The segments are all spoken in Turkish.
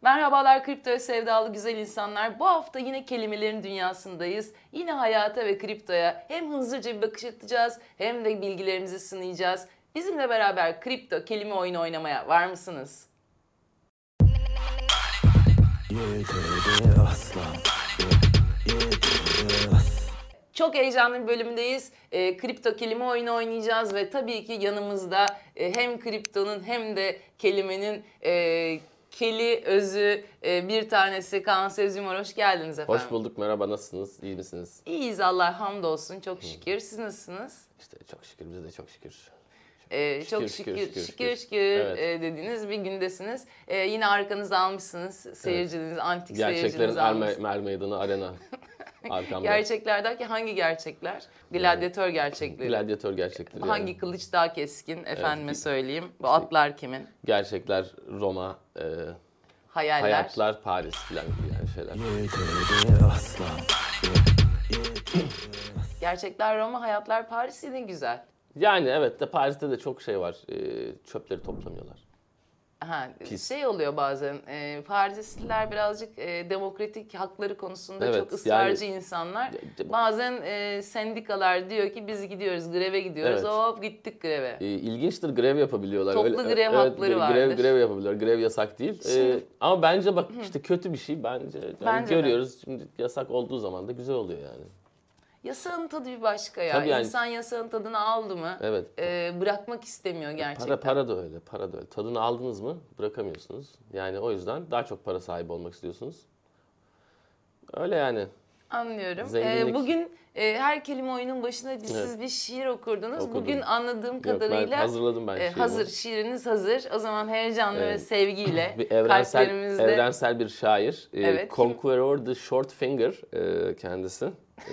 Merhabalar kriptoya sevdalı güzel insanlar. Bu hafta yine kelimelerin dünyasındayız. Yine hayata ve kriptoya hem hızlıca bir bakış atacağız hem de bilgilerimizi sınayacağız. Bizimle beraber kripto kelime oyunu oynamaya var mısınız? Çok heyecanlı bir bölümdeyiz. Kripto kelime oyunu oynayacağız ve tabii ki yanımızda hem kriptonun hem de kelimenin keli, özü bir tanesi Kaan Sezgimor. Hoş geldiniz efendim. Hoş bulduk, merhaba, nasılsınız, iyi misiniz? İyiyiz Allah hamdolsun, çok şükür. Siz nasılsınız? İşte çok şükür, biz de çok şükür. Çok şükür Evet. dediğiniz bir gündesiniz. Yine arkanızı almışsınız seyirciniz, antik seyircinizi Gerçeklerin almışsınız. er meydanı arena arkamda. Gerçekler derken hangi gerçekler? Gladyatör gerçekleri. Gladyatör gerçekleri yani. Hangi kılıç daha keskin efendime söyleyeyim. Bu atlar kimin? Gerçekler Roma, Hayaller. hayatlar Paris falan gibi yani şeyler. Gerçekler Roma, hayatlar Paris yine güzel. Yani evet de Paris'te de çok şey var, çöpleri toplamıyorlar. Ha, Pis. şey oluyor bazen, Parisliler birazcık demokratik hakları konusunda Evet, çok ısrarcı yani- insanlar. Bazen sendikalar diyor ki biz gidiyoruz, greve gidiyoruz. Evet. Hop gittik greve. İlginçtir, grev yapabiliyorlar. Toplu grev hakları vardır. Grev yapabiliyorlar. Grev yasak değil. Şimdi- Ama bence bak işte kötü bir şey bence. Yani Bence de. görüyoruz. Şimdi yasak olduğu zaman da güzel oluyor yani. Yasağın tadı bir başka ya. Tabii yani- İnsan yasağın tadını aldı mı Evet. bırakmak istemiyor gerçekten. Para da öyle, para da öyle. Tadını aldınız mı bırakamıyorsunuz. Yani o yüzden daha çok para sahibi olmak istiyorsunuz. Öyle yani. Anlıyorum. Zenginlik. Bugün her kelime oyunun başında siz bir şiir okurdunuz. Okudum. Bugün anladığım Yok, kadarıyla ben hazırladım ben şiirimi. hazır, şiriniz hazır. O zaman heyecanlı ve Evet. sevgiyle Bir kalplerimizde... evrensel bir şair. Evet, kim? Conqueror the Short Finger kendisi.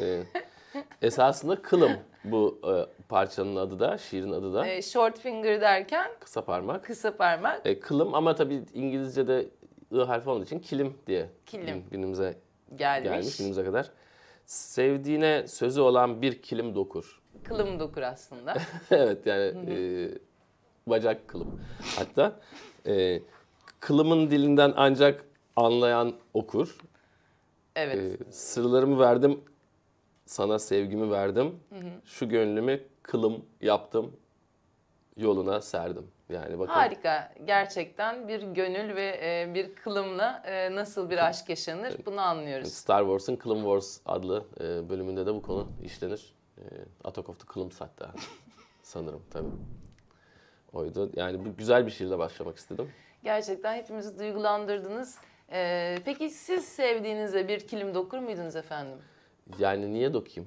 Esasında Kılım bu parçanın adı da, şiirin adı da. short finger derken Kısa parmak. kısa parmak Kılım ama tabii İngilizce'de I harfi olduğu için kilim diye Kilim. günümüze gelmiş. gelmiş, günümüze kadar. Sevdiğine sözü olan bir kilim dokur. Kılım dokur aslında. Evet yani bacak kılım. Hatta kılımın dilinden ancak anlayan okur. Evet. Sırlarımı verdim, sana sevgimi verdim. Şu gönlümü kılım yaptım, yoluna serdim. Yani bakın. Harika. Gerçekten bir gönül ve bir kılımla nasıl bir aşk yaşanır bunu anlıyoruz. Star Wars'ın Clone Wars adlı bölümünde de bu konu işlenir. Attack of the Clones hatta sanırım tabii. Oydu. Yani bu güzel bir şiirle başlamak istedim. Gerçekten hepimizi duygulandırdınız. Peki siz sevdiğinizde bir kilim dokur muydunuz efendim? Yani niye dokuyayım?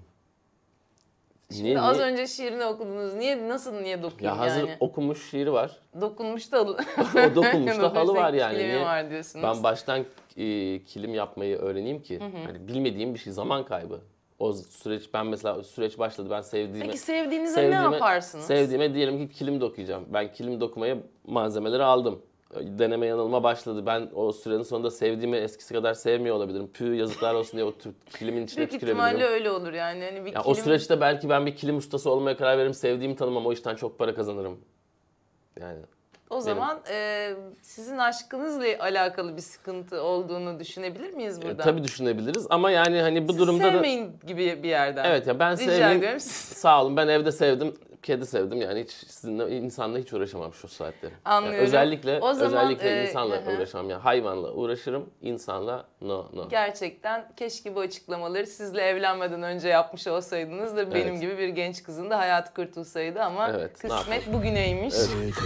Şimdi az önce şiirini okudunuz. Niye dokuyayım Ya hazır yani? okumuş şiiri var. Dokunmuş da O dokunmuş da halı var yani. Kilimi Niye? var diyorsunuz. Ben baştan kilim yapmayı öğreneyim ki. Hani bilmediğim bir şey, zaman kaybı. O süreç, ben mesela süreç başladı, ben sevdiğime... Peki sevdiğinizde ne yaparsınız? Sevdiğime diyelim ki kilim dokuyacağım. Ben kilim dokumaya malzemeleri aldım. Deneme yanılma başladı. Ben o sürenin sonunda sevdiğimi eskisi kadar sevmiyor olabilirim. Yazıklar olsun diye o kilimin içine Büyük tükürebilirim. ihtimalle öyle olur yani. Hani bir Ya kilim... o süreçte belki ben bir kilim ustası olmaya karar veririm. Sevdiğimi tanımam, o işten çok para kazanırım. Yani... O zaman sizin aşkınızla alakalı bir sıkıntı olduğunu düşünebilir miyiz burada? Tabii düşünebiliriz ama yani hani bu Siz durumda da... sevmeyin gibi bir yerden. Evet ya ben Rica sevmeyeyim. ediyorum. Sağ olun, ben evde sevdim, kedi sevdim. Yani hiç sizinle, insanla hiç uğraşamam şu saatte. Anlıyorum. Yani özellikle O zaman, insanla uğraşamam. Yani hayvanla uğraşırım, insanla no. Gerçekten keşke bu açıklamaları sizle evlenmeden önce yapmış olsaydınız da benim Evet. gibi bir genç kızın da hayatı kurtulsaydı ama Evet, ne kısmet yapalım? bugüneymiş. Evet.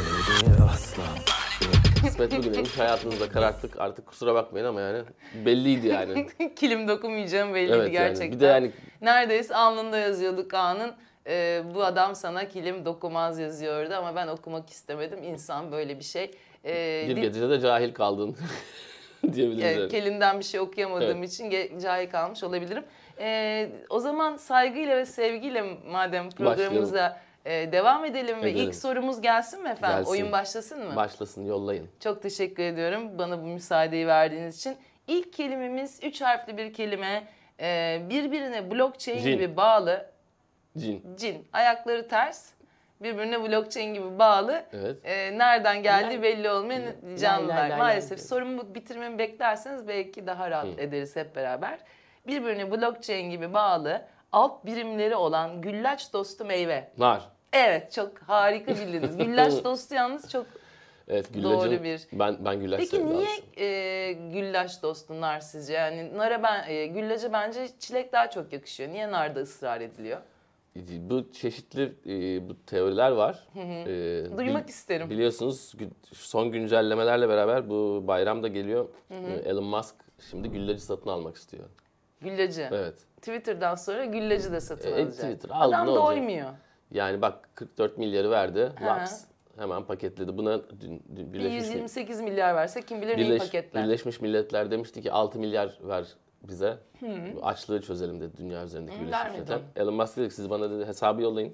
Kısmet bugüneymiş, hayatınızda kararttık artık, kusura bakmayın ama yani belliydi yani. Kilim dokumayacağım belliydi Evet gerçekten. yani bir de yani Neredeyse alnında yazıyordu Kaan'ın. Bu adam sana kilim dokumaz yazıyordu ama ben okumak istemedim. İnsan böyle bir şey. bir gecede de cahil kaldın diyebiliriz. Yani. Kelinden bir şey okuyamadığım Evet. için cahil kalmış olabilirim. O zaman saygıyla ve sevgiyle madem programımıza devam edelim ve ilk sorumuz gelsin mi efendim? Gelsin. Oyun başlasın mı? Başlasın, yollayın. Çok teşekkür ediyorum bana bu müsaadeyi verdiğiniz için. İlk kelimemiz 3 harfli bir kelime. Birbirine blockchain Cin. gibi bağlı. Cin. Cin. Ayakları ters. birbirine blockchain gibi bağlı. Evet. Nereden geldiği Lay- belli olmayan lay- canlılar. lay- Maalesef lay. sorumu bitirmemi beklerseniz belki daha rahat ederiz hep beraber. Birbirine blockchain gibi bağlı alt birimleri olan güllaç dostu meyve. Nar. Evet, çok harika bildiniz. Güllaç dostu yalnız çok... Evet, Doğru güllacın. bir- Ben güllaç Peki severim niye aslında. güllaç dostu nar sizce? Yani güllaca bence çilek daha çok yakışıyor. Niye narda ısrar ediliyor? Bu çeşitli bu teoriler var. Duymak isterim. Biliyorsunuz son güncellemelerle beraber bu bayram da geliyor. Elon Musk şimdi güllacı satın almak istiyor. Güllacı. Evet. Twitter'dan sonra güllacı da satın alacak. Twitter aldı, Adam ne da olacak? oymuyor. Yani bak 44 milyarı verdi. Laps. Hemen paketledi. Buna Bir 128 milyar verse kim bilir neyi paketler. Birleşmiş Milletler demişti ki 6 milyar ver bize. Bu açlığı çözelim dedi dünya üzerindeki Birleşmiş vermedi. Milletler. Elon Musk dedi ki siz bana dedi hesabı yollayın.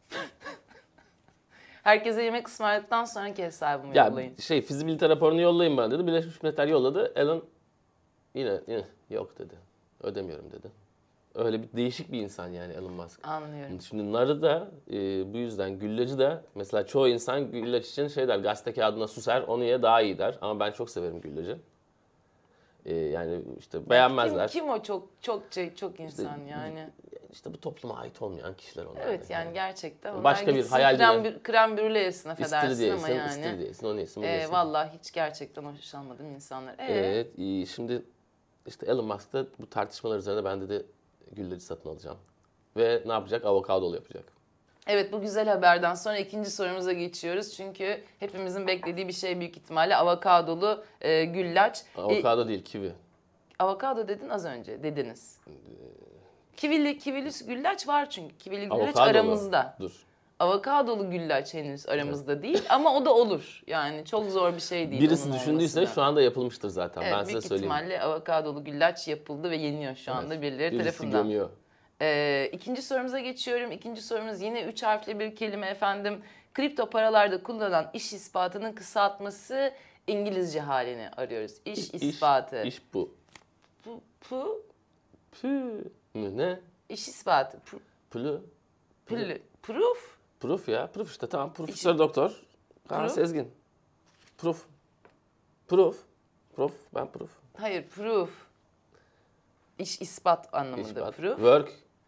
Herkese yemek ısmarladıktan sonraki hesabımı Ya yollayın. fizibilite raporunu yollayın bana dedi. Birleşmiş Milletler yolladı. Elon yine yok dedi. Ödemiyorum dedi. Öyle bir değişik bir insan yani Elon Musk. Anlıyorum. Şimdi narı da bu yüzden güllacı da mesela çoğu insan güllaç için şey der gazete kağıdına susar onu ye daha iyi der. Ama ben çok severim güllacı. Yani işte beğenmezler. Kim o çok insan yani. İşte bu topluma ait olmayan kişiler onlar. Evet yani gerçekten. Onlar Başka bir gitsin hayal krem brûlée yesin affedersin İstiridye ama yesin, yani. istiridye yesin, onu yesin, bunu yesin. Vallahi hiç gerçekten hoşlanmadığım insanlar. Evet, şimdi işte Elon Musk da bu tartışmalar üzerine ben dedi güllacı satın alacağım. Ve ne yapacak? Avokadolu yapacak. Evet, bu güzel haberden sonra ikinci sorumuza geçiyoruz. Çünkü hepimizin beklediği bir şey büyük ihtimalle avokadolu güllaç. Avokado değil, kivi. Avokado dedin az önce, dediniz. Kivili güllaç var çünkü. Kivili güllaç Avokadolu. aramızda. Dur. Avokadolu güllaç henüz aramızda değil ama o da olur. Yani çok zor bir şey değil. Birisi onun düşündüyse olması da. şu anda yapılmıştır zaten. Evet, Ben size büyük söyleyeyim. ihtimalle avokadolu güllaç yapıldı ve yeniyor şu anda birileri Birisi tarafından. gömüyor. İkinci sorumuza geçiyorum. İkinci sorumuz yine 3 harfli bir kelime efendim. Kripto paralarda kullanılan iş ispatının kısaltması İngilizce halini arıyoruz. İş ispatı. İş bu. Pu. Pü. Mü ne? İş ispatı. Pülü. Proof. Proof ya. Proof işte tamam. Profesör doktor. Kaan Proof? Sezgin. Proof. Proof. Proof. Ben proof. Hayır, proof. İş ispat anlamında İspat. proof. Work.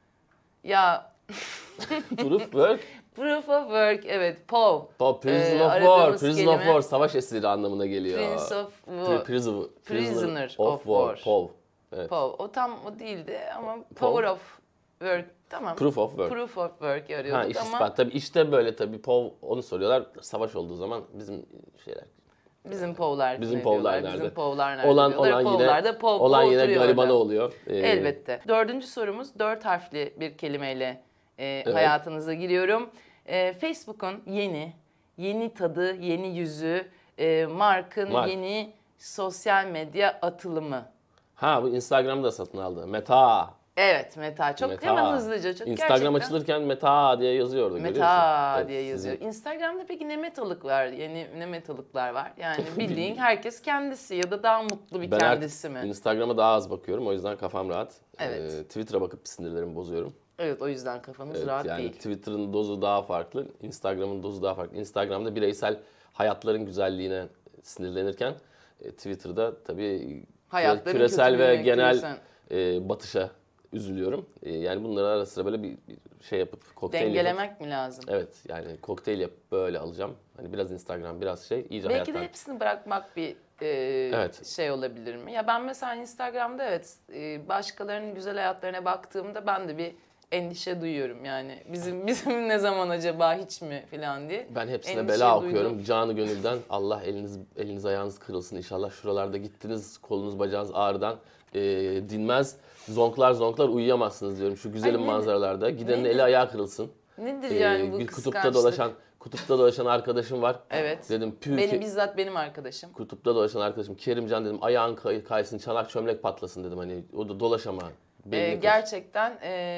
Ya Proof. Work. proof of work evet POV. Prison of War. aradığımız Prison of kelime- War. Savaş esiri anlamına geliyor. Prince of War. Prisoner of War. POV. Evet. POV. O tam o değildi ama power of work. Tamam. Proof of work. Proof of work Ha arıyorduk iş ama ispat. Tabii işte böyle tabii POV onu soruyorlar. Savaş olduğu zaman bizim şeyler. bizim povlar Bizim ne povlar diyorlar? nerede? Bizim povlar nerede Olan diyorlar. yine Povlar da olan yine oturuyor garibanı orada. oluyor. Elbette. Dördüncü sorumuz 4 harfli bir kelimeyle hayatınıza giriyorum. Facebook'un yeni tadı, yeni yüzü, Mark'ın Mark. yeni sosyal medya atılımı. Ha bu Instagram'ı da satın aldı. Meta. Evet Meta. Çok Meta. hemen hızlıca. Çok Instagram gerçekten. açılırken Meta diye yazıyordu. görüyor musun? Meta Evet, diye yazıyor. sizin- Instagram'da peki ne metalık var? Yani ne metalıklar var? Yani bildiğin herkes kendisi ya da daha mutlu bir Ben kendisi artık mi? Instagram'a daha az bakıyorum. O yüzden kafam rahat. Evet. Twitter'a bakıp sinirlerimi bozuyorum. Evet o yüzden kafanız Evet, rahat yani değil. Twitter'ın dozu daha farklı. Instagram'ın dozu daha farklı. Instagram'da bireysel hayatların güzelliğine sinirlenirken Twitter'da tabii Hayatların küresel ve kötülüğüne, genel küresel- batışa üzülüyorum. Yani bunları ara sıra böyle bir şey yapıp kokteyl yapıp. Dengelemek mi lazım? Evet yani kokteyl yapıp böyle alacağım. Hani biraz Instagram biraz şey iyice Belki de hayattan. hepsini bırakmak bir Evet. şey olabilir mi? Ya ben mesela Instagram'da evet başkalarının güzel hayatlarına baktığımda ben de bir endişe duyuyorum yani. Bizim ne zaman acaba hiç mi falan diye. Ben hepsine Endişe bela duydum. okuyorum. Canı gönülden Allah eliniz ayağınız kırılsın inşallah. Şuralarda gittiniz kolunuz bacağınız ağrıdan dinmez. Zonklar uyuyamazsınız diyorum şu güzelim Ay, nedir? manzaralarda. Gidenin Nedir? eli ayağı kırılsın. Nedir yani bu Bir kıskançlık? kutupta dolaşan arkadaşım var. Evet. Dedim pü Bizzat benim arkadaşım. kutupta dolaşan arkadaşım Kerimcan dedim ayağın kaysın çanak çömlek patlasın dedim hani o da dolaşama. belini kır. Gerçekten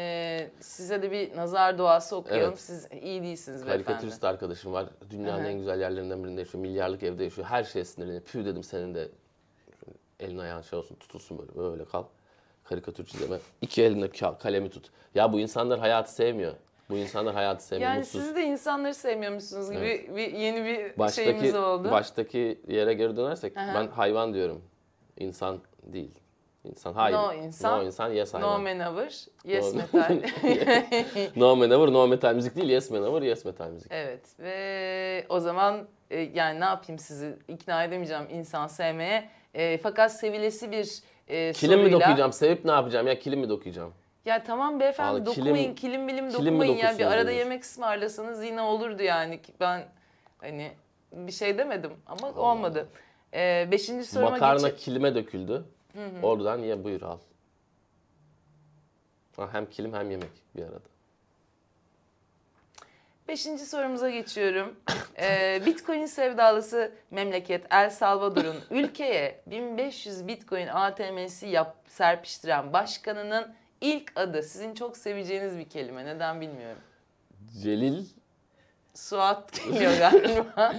size de bir nazar duası okuyalım. Evet. Siz iyi değilsiniz beyefendi. Karikatürist arkadaşım var. Dünyanın en güzel yerlerinden birinde yaşıyor. Milyarlık evde yaşıyor. Her şeye sinirleniyor. Pü dedim senin de elin ayağın şey olsun tutulsun böyle kal. Karikatür çizeme. İki elinle kalemi tut. Ya bu insanlar hayatı sevmiyor. Bu insanlar hayatı sevmiyor, Yani mutsuz. siz de insanları sevmiyormuşsunuz gibi yeni bir şeyimiz Baştaki, oldu. baştaki yere geri dönersek Aha. ben hayvan diyorum. İnsan değil. İnsan hayır. No insan. No insan, yes hayvan. No maneuver, yes No- metal. No maneuver, no metal müzik değil. Yes maneuver, yes metal müzik. Evet ve o zaman yani ne yapayım, sizi ikna edemeyeceğim insan sevmeye. Fakat sevilesi bir Kilim mi soruyla... dokuyacağım? Sevip ne yapacağım ya? Kilim mi dokuyacağım? Ya tamam beyefendi, Vallahi dokunmayın, kilim bilim kilim mi dokunmayın ya. Bir dokursunuz arada dediniz? yemek ısmarlasanız yine olurdu yani. Ben hani bir şey demedim ama olmadı. Beşinci soruma Makarna geçip... kilime döküldü. Oradan ye buyur al. Ha, hem kilim hem yemek bir arada. Beşinci sorumuza geçiyorum. Bitcoin sevdalısı memleket El Salvador'un ülkeye 1500 Bitcoin ATM'si serpiştiren başkanının ilk adı. Sizin çok seveceğiniz bir kelime. Neden bilmiyorum. Celil Suat geliyor galiba.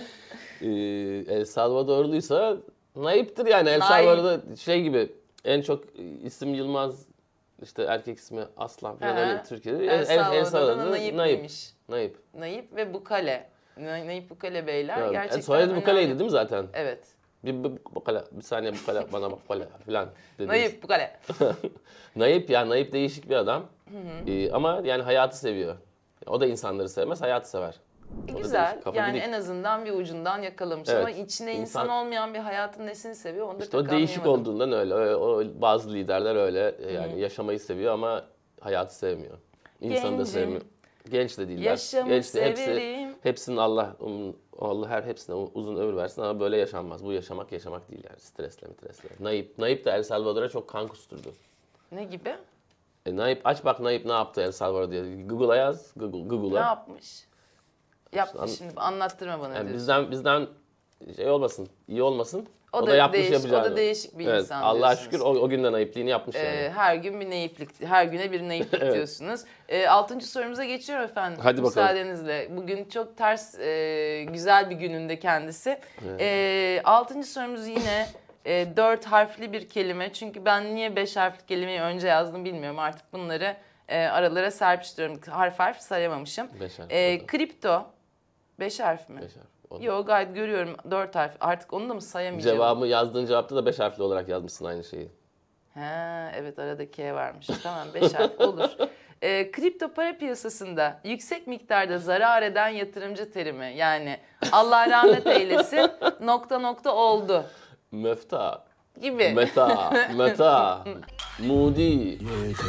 El Salvadorluysa naiptir yani. El Naip. Salvador'da şey gibi en çok isim Yılmaz, işte erkek ismi Aslan falan Hı hı. öyle Türkiye'de. El Salvador'da Salvador'da Naip Naip. miymiş? Naip. Naip ve Bukale. Naip Bukale beyler Ya, gerçekten soyadı önemli. Bukale'ydi değil mi zaten? Evet. Bir saniye Bukale bana Bukale falan dediniz. Naip Bukale. Naip ya, Naip değişik bir adam. Ama yani hayatı seviyor. O da insanları sevmez, hayatı sever. O da Güzel. değişik, kafa Yani gidik. en azından bir ucundan yakalamış Evet. ama içinde insan İnsan- olmayan bir hayatın nesini seviyor onu da İşte pek o değişik anlayamadım. olduğundan öyle. Bazı liderler öyle yani yaşamayı seviyor ama hayatı sevmiyor. İnsanı da Gencim. sevmiyor. Genç de değiller. Yaşamı Genç de severim. hepsinin Allah her hepsine uzun ömür versin ama böyle yaşanmaz. Bu yaşamak değil yani. Stresle. Naip de El Salvador'a çok kan kusturdu. Ne gibi? Naip aç bak, Naip ne yaptı El Salvador diye. Google'a yaz. Ne Google'a. yapmış? Yapmış İşte şimdi anlattırma bana Yani diyorsun. bizden şey olmasın, iyi olmasın. O O da da yapmış değişik- yapacağını. o da değişik bir Evet, insan Allah'a diyorsunuz. şükür o günden nayipliğini yapmış yani. Her gün bir naiplik, her güne bir naiplik Evet. diyorsunuz. Altıncı sorumuza geçiyorum efendim. Hadi bakalım. Müsaadenizle. Bugün çok ters, güzel bir gününde kendisi. Altıncı sorumuz yine 4 harfli bir kelime. Çünkü ben niye 5 harfli kelimeyi önce yazdım bilmiyorum. Artık bunları aralara serpiştiriyorum. Harf sayamamışım. 5 harf. Kripto. 5 harf mi? 5 harf. O da. Yok, gayet görüyorum 4 harf. Artık onu da mı sayamayacağım? Cevabı yazdığın cevapta da 5 harfli olarak yazmışsın aynı şeyi. Ha, evet, arada K varmış. Tamam, 5 harf olur. Kripto para piyasasında yüksek miktarda zarar eden yatırımcı terimi. Yani Allah rahmet eylesin oldu Mefta. gibi. Meta. Moody.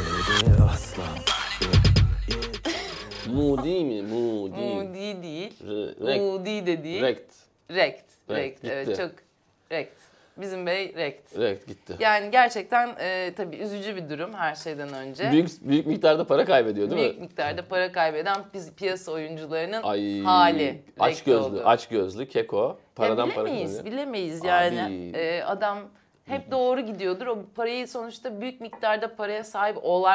Moody mi? Moody. Moody değil. Rekt. Moody de değil. Rekt. Rekt. Rekt, Evet, gitti. çok rekt. Bizim bey rekt. Rekt gitti. Yani gerçekten tabii üzücü bir durum her şeyden önce. Büyük miktarda para kaybediyor değil Büyük mi? miktarda para kaybeden piyasa oyuncularının Ay, hali. aç rekt oldu. gözlü, keko. Paradan Ya para bilemeyiz, kazanıyor. bilemeyiz Abi. yani. Adam hep doğru gidiyordur. O parayı sonuçta büyük miktarda paraya sahip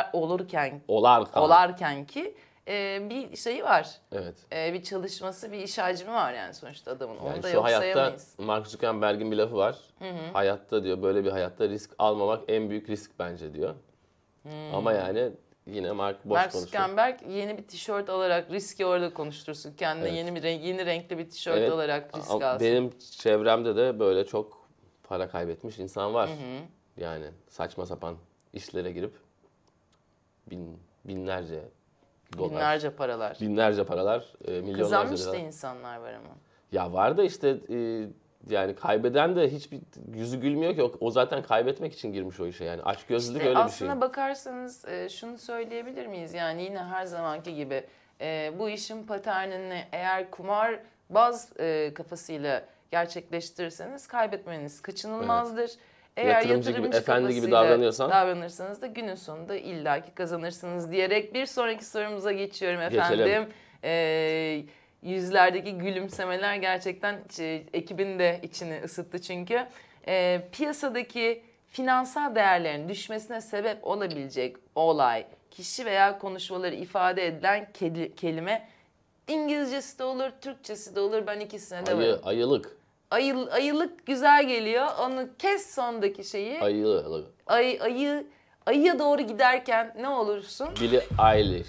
olarken ki bir şeyi var. Evet. Bir çalışması, bir iş hacmi var yani sonuçta adamın. Onu Yani da şu yok hayatta sayamayız. Mark Zuckerberg'in bir lafı var. Hayatta diyor, böyle bir hayatta risk almamak en büyük risk bence diyor. Ama yani yine Mark boş Mark konuşuyor. Zuckerberg yeni bir tişört alarak riski orada konuştursun. Kendine Evet. yeni renkli bir tişört Evet, alarak risk ama alsın. benim çevremde de böyle çok para kaybetmiş insan var. Yani saçma sapan işlere girip binlerce dolar, Binlerce paralar. paralar, milyonlarca Kazanmış lira. da insanlar var ama. Ya var da işte yani kaybeden de hiçbir yüzü gülmüyor ki. O zaten kaybetmek için girmiş o işe yani. Açgözlülük İşte öyle bir şey. aslına bakarsanız şunu söyleyebilir miyiz? Yani yine her zamanki gibi bu işin paternini eğer kumarbaz kafasıyla gerçekleştirirseniz kaybetmeniz kaçınılmazdır. Eğer Yatırımcı gibi, efendi gibi kafasıyla davranırsanız da günün sonunda illaki kazanırsınız diyerek bir sonraki sorumuza geçiyorum efendim. Yüzlerdeki gülümsemeler gerçekten ekibin de içini ısıttı çünkü. Piyasadaki finansal değerlerin düşmesine sebep olabilecek olay, kişi veya konuşmaları ifade edilen kelime İngilizcesi de olur, Türkçesi de olur. Ben ikisine de varım. Ayılık. Ayılık güzel geliyor. Onu kes sondaki şeyi. Ayılık. Ayıya doğru giderken ne olursun? Billie Eilish.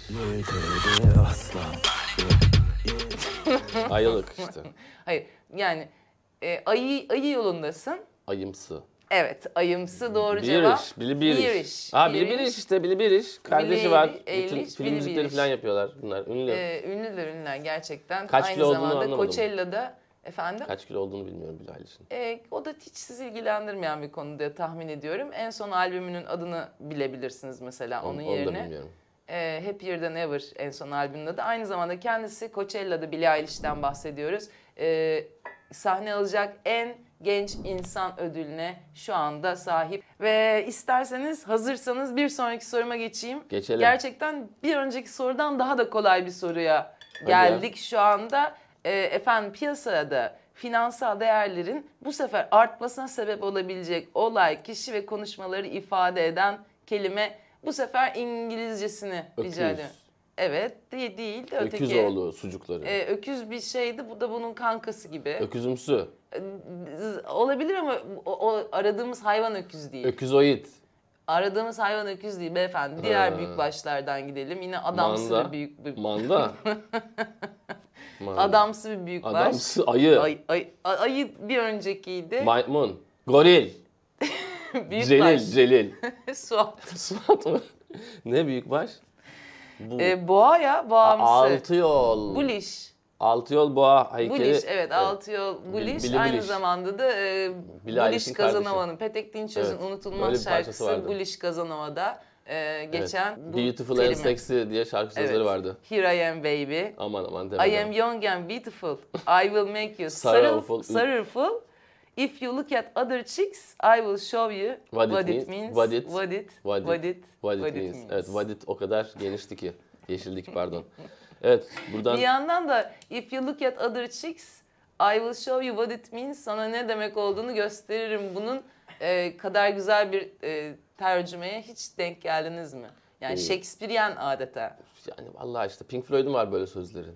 Ayılık işte. Hayır yani ayı yolundasın. Ayımsı. Evet, ayımsı doğru Billie cevap. Eilish. Billie Eilish. Billie Billie Eilish işte. Billie Eilish. Kardeşi var. Eilish, Bütün film Billie müzikleri Eilish. falan yapıyorlar bunlar. Ünlü. Ünlüler gerçekten. Kaç Aynı kilo olduğunu zamanda anlamadım. Coachella'da efendim. Kaç kilo olduğunu bilmiyorum Billie Eilish'in. O da hiç sizi ilgilendirmeyen bir konu diye tahmin ediyorum. En son albümünün adını bilebilirsiniz mesela onun Onu da yerine. bilmiyorum. Happier Than Ever en son albümünün adı. Aynı zamanda kendisi Coachella'da Billie Eilish'ten bahsediyoruz. Sahne alacak en genç insan ödülüne şu anda sahip. Ve isterseniz hazırsanız bir sonraki soruma geçeyim. Geçelim. Gerçekten bir önceki sorudan daha da kolay bir soruya geldik şu anda. Efendim piyasada finansal değerlerin bu sefer artmasına sebep olabilecek olay, kişi ve konuşmaları ifade eden kelime. Bu sefer İngilizcesini rica ediyorum. Evet, değil de öteki. Öküzoğlu sucukları. Öküz bir şeydi, bu da bunun kankası gibi. Öküzümsü. Olabilir ama o aradığımız hayvan öküz değil. Öküzoid. Aradığımız hayvan öküz değil beyefendi. Diğer büyük başlardan gidelim. Yine adamsı Manda. bir büyük bir... Manda. Manda. Adamsı bir büyük baş. Adamsı ayı. Ayı bir öncekiydi. Maymun. Goril. Büyük Celil. baş. Celil. Suat. Suat mı? Ne büyük baş? Bu. Boğa ya, boğamsı. Altı yol. Buliş. Altı yol boğa heykeli. Buliş, evet. Altı yol Buliş. Billie Aynı Eilish. zamanda da Billie Buliş Eilish'in Kazanova'nın, Petek Dinçöz'ün Evet, öyle unutulmaz bir parçası şarkısı vardı. Buliş Kazanova'da geçen bu Beautiful terimi. and Sexy diye şarkı sözleri vardı. Here I am baby. Aman I demedim. am young and beautiful. I will make you Sorrowful. sorrowful. If you look at other chicks, I will show you What it means. What it means. Evet, what it o kadar genişti ki. Yeşildi ki pardon. Evet, buradan Bir yandan da if you look at other chicks, I will show you what it means. Sana ne demek olduğunu gösteririm. Bunun kadar güzel bir tercümeye hiç denk geldiniz mi? Yani Shakespearean adeta. yani vallahi işte Pink Floyd'un var böyle sözleri.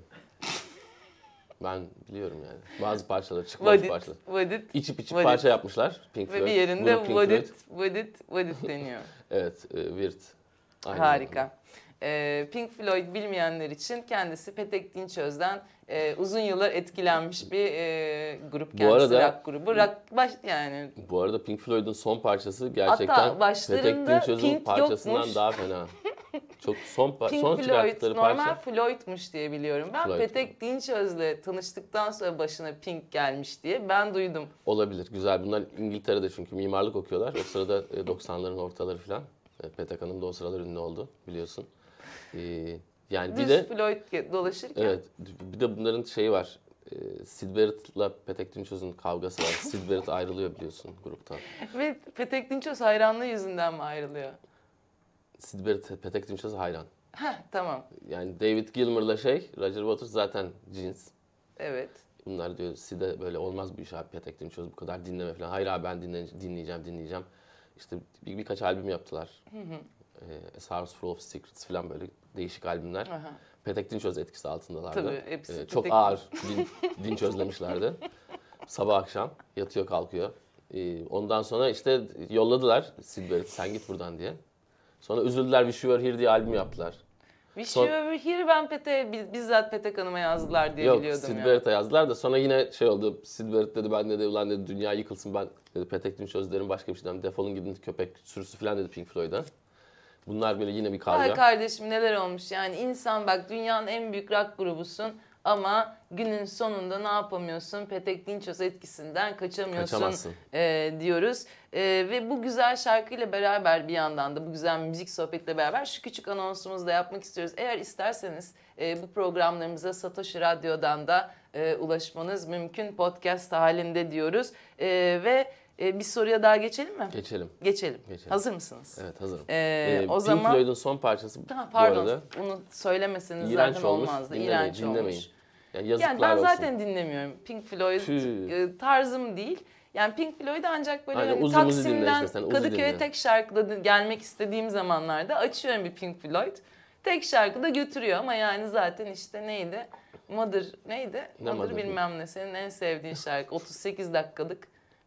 Ben biliyorum yani. Bazı parçaları çıkmaz parçalar. İçip parça yapmışlar Pink Floyd. Ve bir yerinde Grup Pink Floyd. what it deniyor. Evet, Weird. Aynen. Harika. Pink Floyd bilmeyenler için kendisi Petek Dinçöz'den uzun yıllar etkilenmiş bir grup, kendisi rock grubu. Yani. Bu arada Pink Floyd'un son parçası gerçekten Hatta başlarında Petek Dinçöz'ün Pink parçasından yokmuş. daha fena. Çok son Pink son Floyd çıkarttıkları normal parça. Floyd'muş diye biliyorum. Ben Floyd. Petek Dinçöz'le tanıştıktan sonra başına Pink gelmiş diye ben duydum. Olabilir, güzel. Bunlar İngiltere'de çünkü mimarlık okuyorlar. O sırada 90'ların ortaları falan. Petek Hanım da o sıralar ünlü oldu biliyorsun. Yani bir Düz de Floyd dolaşırken. evet, bir de bunların şeyi var. Sid Barrett'la Petek Dinçöz'ün kavgası var. Sid Barrett ayrılıyor biliyorsun gruptan. Ve Petek Dinçöz hayranlığı yüzünden mi ayrılıyor? Sid Barrett Petek Dinçöz'e hayran. Heh, tamam. Yani David Gilmour'la Roger Waters zaten cins. Evet. Bunlar diyor Sid'e böyle olmaz bu iş abi, Petek Dinçöz bu kadar dinleme falan. Hayır abi ben dinleyeceğim. İşte birkaç albüm yaptılar. A House Full of Secrets falan böyle değişik albümler. Aha. Petek Dinçöz etkisi altındalardı. Tabii, hepsi Çok Petek ağır dinçözlemişlerdi. Sabah akşam yatıyor kalkıyor. Ondan sonra işte yolladılar Sid Barrett'i sen git buradan diye. Sonra üzüldüler Wish You Were Here diye albüm yaptılar. Wish You Were Here ben bizzat Petek Hanım'a yazdılar diye biliyordum Sid ya. Barrett'a yazdılar da sonra yine şey oldu. Sid Barrett dedi ben dedi ulan dedi dünya yıkılsın ben dedi Petek Dinçöz derim başka bir şey demem. Defolun gidin köpek sürüsü falan dedi Pink Floyd'a. Bunlar böyle yine bir kavga. Ay kardeşim neler olmuş yani insan bak dünyanın en büyük rock grubusun ama günün sonunda ne yapamıyorsun? Petek Dinçöz etkisinden kaçamıyorsun diyoruz. Ve bu güzel şarkıyla beraber bir yandan da bu güzel müzik sohbetle beraber şu küçük anonsumuzu da yapmak istiyoruz. Eğer isterseniz bu programlarımıza Satoshi Radyo'dan da ulaşmanız mümkün podcast halinde diyoruz. Ve bir soruya daha geçelim mi? Geçelim. Hazır mısınız? Evet hazırım. O Pink zaman Floyd'un son parçası pardon, bu arada. bunu söylemeseniz İğrenç zaten olmuş. olmazdı. Dinlemeyin. İğrenç olmuş. Yani yazıklar Yani ben olsun. zaten dinlemiyorum. Pink Floyd tarzım değil. Yani Pink Floyd ancak böyle Aynen, hani uzun dinle Taksim'den işte sen, uzun Kadıköy'e dinle. tek şarkıda gelmek istediğim zamanlarda açıyorum bir Pink Floyd. Tek şarkıda götürüyor ama yani zaten işte neydi? Mother neydi? Ne Mother Mother? bilmem ne. Senin en sevdiğin şarkı. 38 dakikalık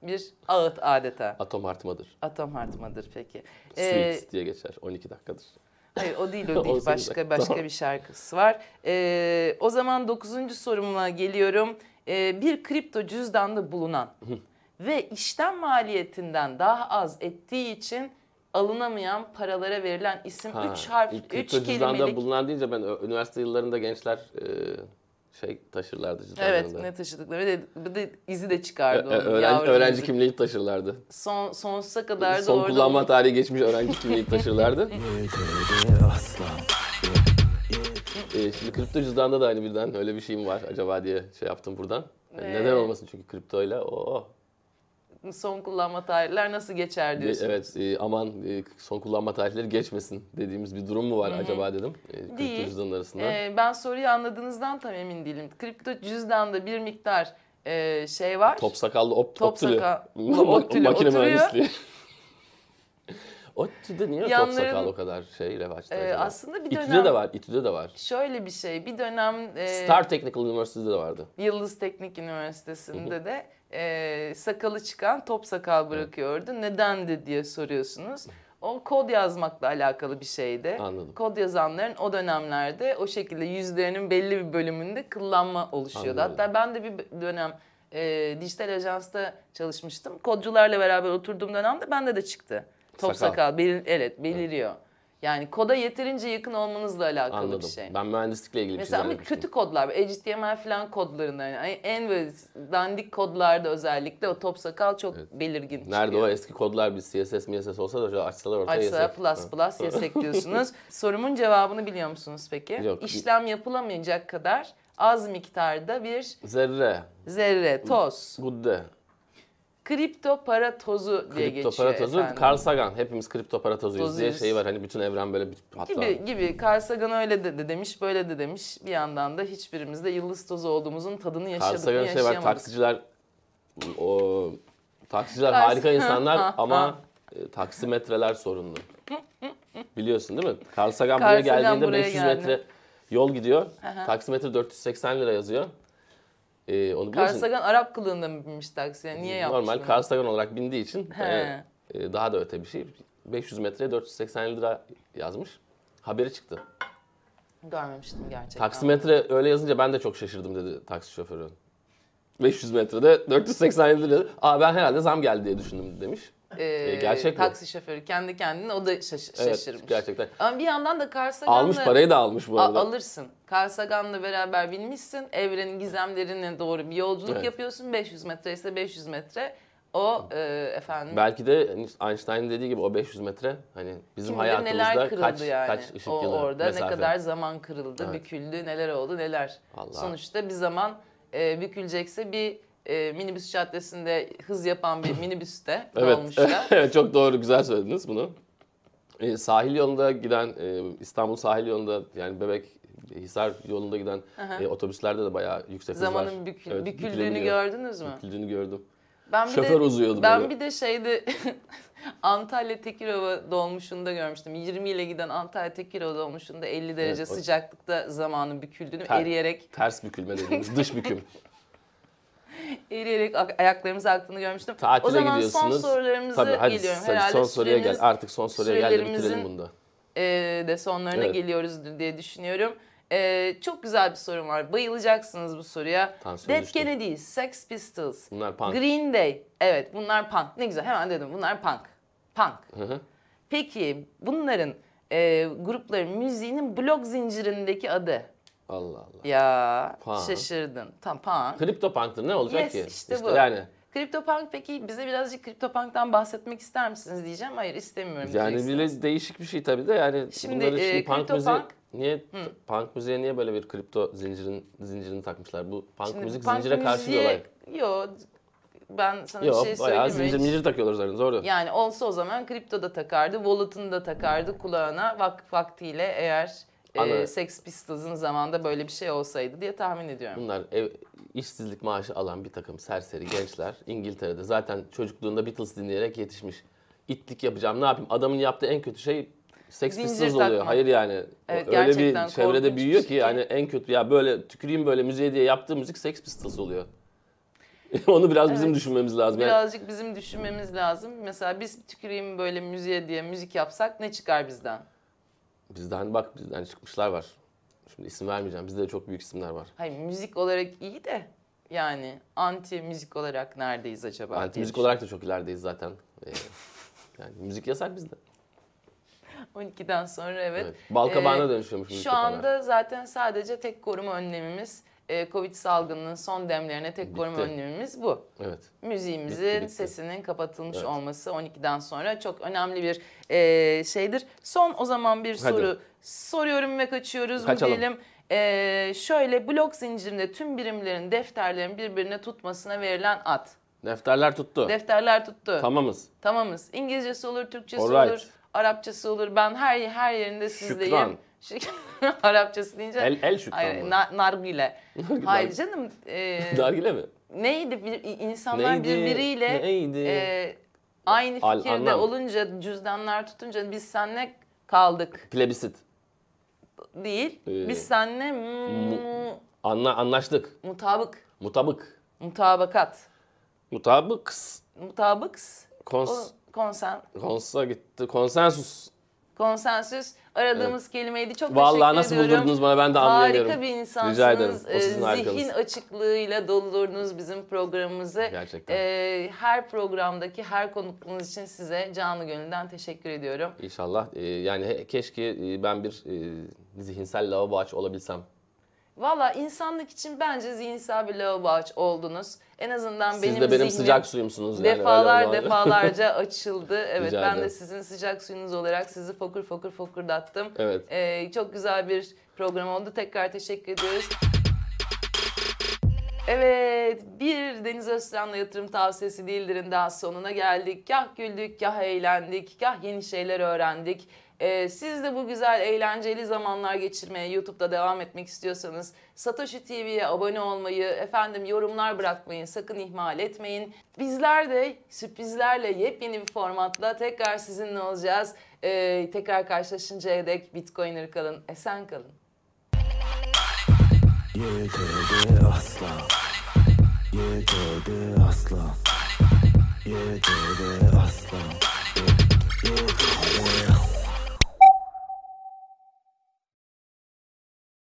bir ağıt adeta. Atom artmadır. Atom artmadır peki. Sweet diye geçer. 12 dakikadır. Hayır o değil o değil. 18 Başka dakika. bir şarkısı var. O zaman 9. sorumla geliyorum. Bir kripto cüzdanda bulunan ve işlem maliyetinden daha az ettiği için alınamayan paralara verilen isim 3 harf, 3 kripto cüzdanda kelimelik. bulunan deyince ben üniversite yıllarında gençler taşırlardı Evet, cüzdanlarında. ne taşıdıkları bir de izi de çıkardı onun. Öğrenci kimliği taşırlardı. Sonsuza kadar da Son orada kullanma tarihi geçmiş öğrenci kimliği taşırlardı. Şimdi kripto cüzdanda da hani birden öyle bir şey mi var acaba diye şey yaptım buradan. Yani neden olmasın çünkü kriptoyla son kullanma tarihler nasıl geçer diyorsunuz. evet aman son kullanma tarihleri geçmesin dediğimiz bir durum mu var acaba dedim. Kripto Değil. cüzdanın arasında. Ben soruyu anladığınızdan tam emin değilim. Kripto cüzdanda bir miktar şey var. Top sakallı ODTÜ'lü ODTÜ'lü makine oturuyor. mühendisliği. ODTÜ'de niye top Yanların- sakal o kadar revaçta acaba? Aslında bir dönem İTÜ'de de var, İTÜ'de de var. şöyle bir şey. Bir dönem Star Technical University'de de vardı. Yıldız Teknik Üniversitesi'nde de sakalı çıkan top sakal bırakıyordu. Nedendi diye soruyorsunuz. O kod yazmakla alakalı bir şeydi. Anladım. Kod yazanların o dönemlerde o şekilde yüzlerinin belli bir bölümünde kıllanma oluşuyordu. Anladım. Hatta ben de bir dönem dijital ajansta çalışmıştım. Kodcularla beraber oturduğum dönemde bende de çıktı. Top sakal evet beliriyor. Yani koda yeterince yakın olmanızla alakalı Anladım. bir şey. Ben mühendislikle ilgili Mesela bir şey ama kötü kodlar, HTML falan kodlarında yani en böyle dandik kodlarda özellikle o top sakal çok belirgin çıkıyor. Nerede o eski kodlar bir CSS, MSS olsa da şöyle açsalar ortaya Açsa yesek. plus yesek diyorsunuz. Sorumun cevabını biliyor musunuz peki? Yok. İşlem yapılamayacak kadar az miktarda bir zerre, toz. Gudde. Kripto para tozu diye Kripto geçiyor para tozu. efendim. Carl Sagan. Hepimiz kripto para tozuyuz diye Tozuyuz. şey var. Hani bütün evren böyle bir hatta. Gibi Carl Sagan öyle de demiş, böyle de demiş. Bir yandan da hiçbirimiz de yıldız tozu olduğumuzun tadını Carl yaşadık mı Sagan'ın şey var. yaşayamadık. Taksiciler harika insanlar ama taksimetreler sorunlu. Biliyorsun değil mi? Carl Sagan buraya Sagan geldiğinde buraya 500 geldi. metre yol gidiyor. Taksimetre 480 lira yazıyor. Onu biliyor Carl musun? Sagan Arap kılığında mı binmiş taksiye? Niye yapmış Normal bunu? Carl Sagan olarak bindiği için He. daha da öte bir şey. 500 metreye 480 lira yazmış. Haberi çıktı. Görmemiştim gerçekten. Taksimetre öyle yazınca ben de çok şaşırdım dedi taksi şoförü. 500 metrede 480 lira. Ben herhalde zam geldi diye düşündüm demiş. Gerçek bu. Taksi şoförü kendi kendine o da şaşırmış. Evet gerçekten. Ama bir yandan da Carl Sagan'la... Almış parayı da almış bu arada. Alırsın. Carl Sagan'la beraber binmişsin. Evrenin gizemlerine doğru bir yolculuk yapıyorsun. 500 metre ise 500 metre. O efendim... Belki de Einstein'ın dediği gibi o 500 metre hani bizim hayatımızda kaç ışık yılı orada mesafe. ne kadar zaman kırıldı, büküldü, neler oldu, neler. Allah. Sonuçta bir zaman bükülecekse bir minibüs caddesinde hız yapan bir minibüste dolmuşta. Evet çok doğru, güzel söylediniz bunu. Sahil yolunda giden İstanbul sahil yolunda yani Bebek Hisar yolunda giden otobüslerde de bayağı yüksek hız var. Zamanın büküldüğünü gördünüz mü? Büküldüğünü gördüm. Ben Şoför uzuyordu ben böyle. bir de şeyde Antalya Tekirova dolmuşunda görmüştüm. 20 ile giden Antalya Tekirova dolmuşunda 50 derece sıcaklıkta zamanın büküldüğünü eriyerek Ters bükülme dediğimiz dış büküm. eriyerek ayaklarımız aktığını görmüştüm. Tatile o zaman gidiyorsunuz. son sorularımıza geliyorum. Herhalde son soruya gel. Artık son soruya gel de bitirelim bunu da. De sonlarına geliyoruz diye düşünüyorum. Çok güzel bir sorum var. Bayılacaksınız bu soruya. Tansiyon Dead düştü. Kennedys, Sex Pistols, Bunlar punk. Green Day. Evet bunlar punk. Ne güzel hemen dedim bunlar punk. Punk. Hı hı. Peki bunların grupların müziğinin blok zincirindeki adı? Allah Allah. Ya Punk. şaşırdın. Tam punk. CryptoPunk'tır ne olacak Yes, ki? işte bu. Yani CryptoPunk peki bize birazcık CryptoPunk'tan bahsetmek ister misiniz diyeceğim. Hayır istemiyorum yani bile değişik bir şey tabii de yani Şimdi, bunları şimdi punk CryptoPunk- müziği niye punk müziğe niye böyle bir kripto zincirini takmışlar? Bu punk müzik zincire karşı bir olay. Yok ben sana Yok bir şey bayağı söyleyeyim mi? zincir takıyorlar zaten doğru. Yani olsa o zaman kripto da takardı, wallet'ını da takardı kulağına vaktiyle eğer Sex Pistols'ın zamanında böyle bir şey olsaydı diye tahmin ediyorum. Bunlar işsizlik maaşı alan bir takım serseri gençler İngiltere'de zaten çocukluğunda Beatles dinleyerek yetişmiş. İtlik yapacağım ne yapayım? Adamın yaptığı en kötü şey Sex Zincir Pistols oluyor. takmak. Hayır yani Evet, öyle bir gerçekten çevrede korkunç büyüyor bir ki şey. yani en kötü ya böyle tüküreyim böyle müziğe diye yaptığı müzik Sex Pistols oluyor. Onu biraz bizim Evet. düşünmemiz lazım. Yani Birazcık bizim düşünmemiz lazım. Mesela biz tüküreyim böyle müziğe diye müzik yapsak ne çıkar bizden? bizden çıkmışlar var. Şimdi isim vermeyeceğim. Bizde de çok büyük isimler var. Hayır, müzik olarak iyi de yani anti müzik olarak neredeyiz acaba? Anti diye müzik olarak da çok ilerideyiz zaten. Yani müzik yasak bizde. 12'den sonra evet. Evet. Balkabağına Ee, dönüşüyormuş müzik Şu yapanlar. anda zaten sadece tek koruma önlemimiz Covid salgınının son demlerine tek koruma Bitti. önlemimiz bu. Evet. Müziğimizin Bitti. sesinin kapatılmış Evet. olması 12'den sonra çok önemli bir şeydir. Son o zaman bir Hadi. soru soruyorum ve kaçıyoruz mu Kaçalım. diyelim. Şöyle blok zincirinde tüm birimlerin defterlerin birbirine tutmasına verilen ad. Defterler tuttu. Defterler tuttu. Tamamız. Tamamız. İngilizcesi olur, Türkçesi Alright. olur, Arapçası olur. Ben her yerinde sizdeyim. Şükran. Arapçası deyince. El şükran Hayır, mı? nargile. Hayır canım. Nargile mi? Neydi? İnsanlar Neydi? birbiriyle Neydi? aynı Al- fikirde anlam. olunca, cüzdanlar tutunca biz seninle kaldık Plebisit. değil. Ee, Biz seninle Anlaştık. mutabık, mutabakat, Mutabıks. mutabıks, Konsa gitti. Konsensus. konsensüs aradığımız kelimeydi. Çok Vallahi teşekkür nasıl ediyorum. buldurdunuz bana ben de anlayamıyorum. Harika bir insansınız. Rica ederim. O sizin Zihin harikınız. açıklığıyla doldurdunuz bizim programımızı. Gerçekten. Her programdaki her konukluğunuz için size canı gönülden teşekkür ediyorum. İnşallah. Yani keşke ben bir zihinsel lavabo aç olabilsem. Valla insanlık için bence zihinsel bir lavabo aç oldunuz. En azından Siz benim de benim zihnim sıcak suyumsunuz. Yani öyle defalarca açıldı. Evet, Rica ben ederim. de sizin sıcak suyunuz olarak sizi fokur fokur fokurdattım. Evet. Çok güzel bir program oldu. Tekrar teşekkür ediyoruz. Evet, bir Deniz Öztürk'le yatırım tavsiyesi değildir'in daha sonuna geldik. Kah güldük, kah eğlendik, kah yeni şeyler öğrendik. Siz de bu güzel, eğlenceli zamanlar geçirmeye YouTube'da devam etmek istiyorsanız Satoshi TV'ye abone olmayı, yorumlar bırakmayı sakın ihmal etmeyin. Bizler de sürprizlerle yepyeni bir formatla tekrar sizinle olacağız. Tekrar karşılaşıncaya dek Bitcoiner kalın, esen kalın. Yetedi asla. Yetedi asla. Yetedi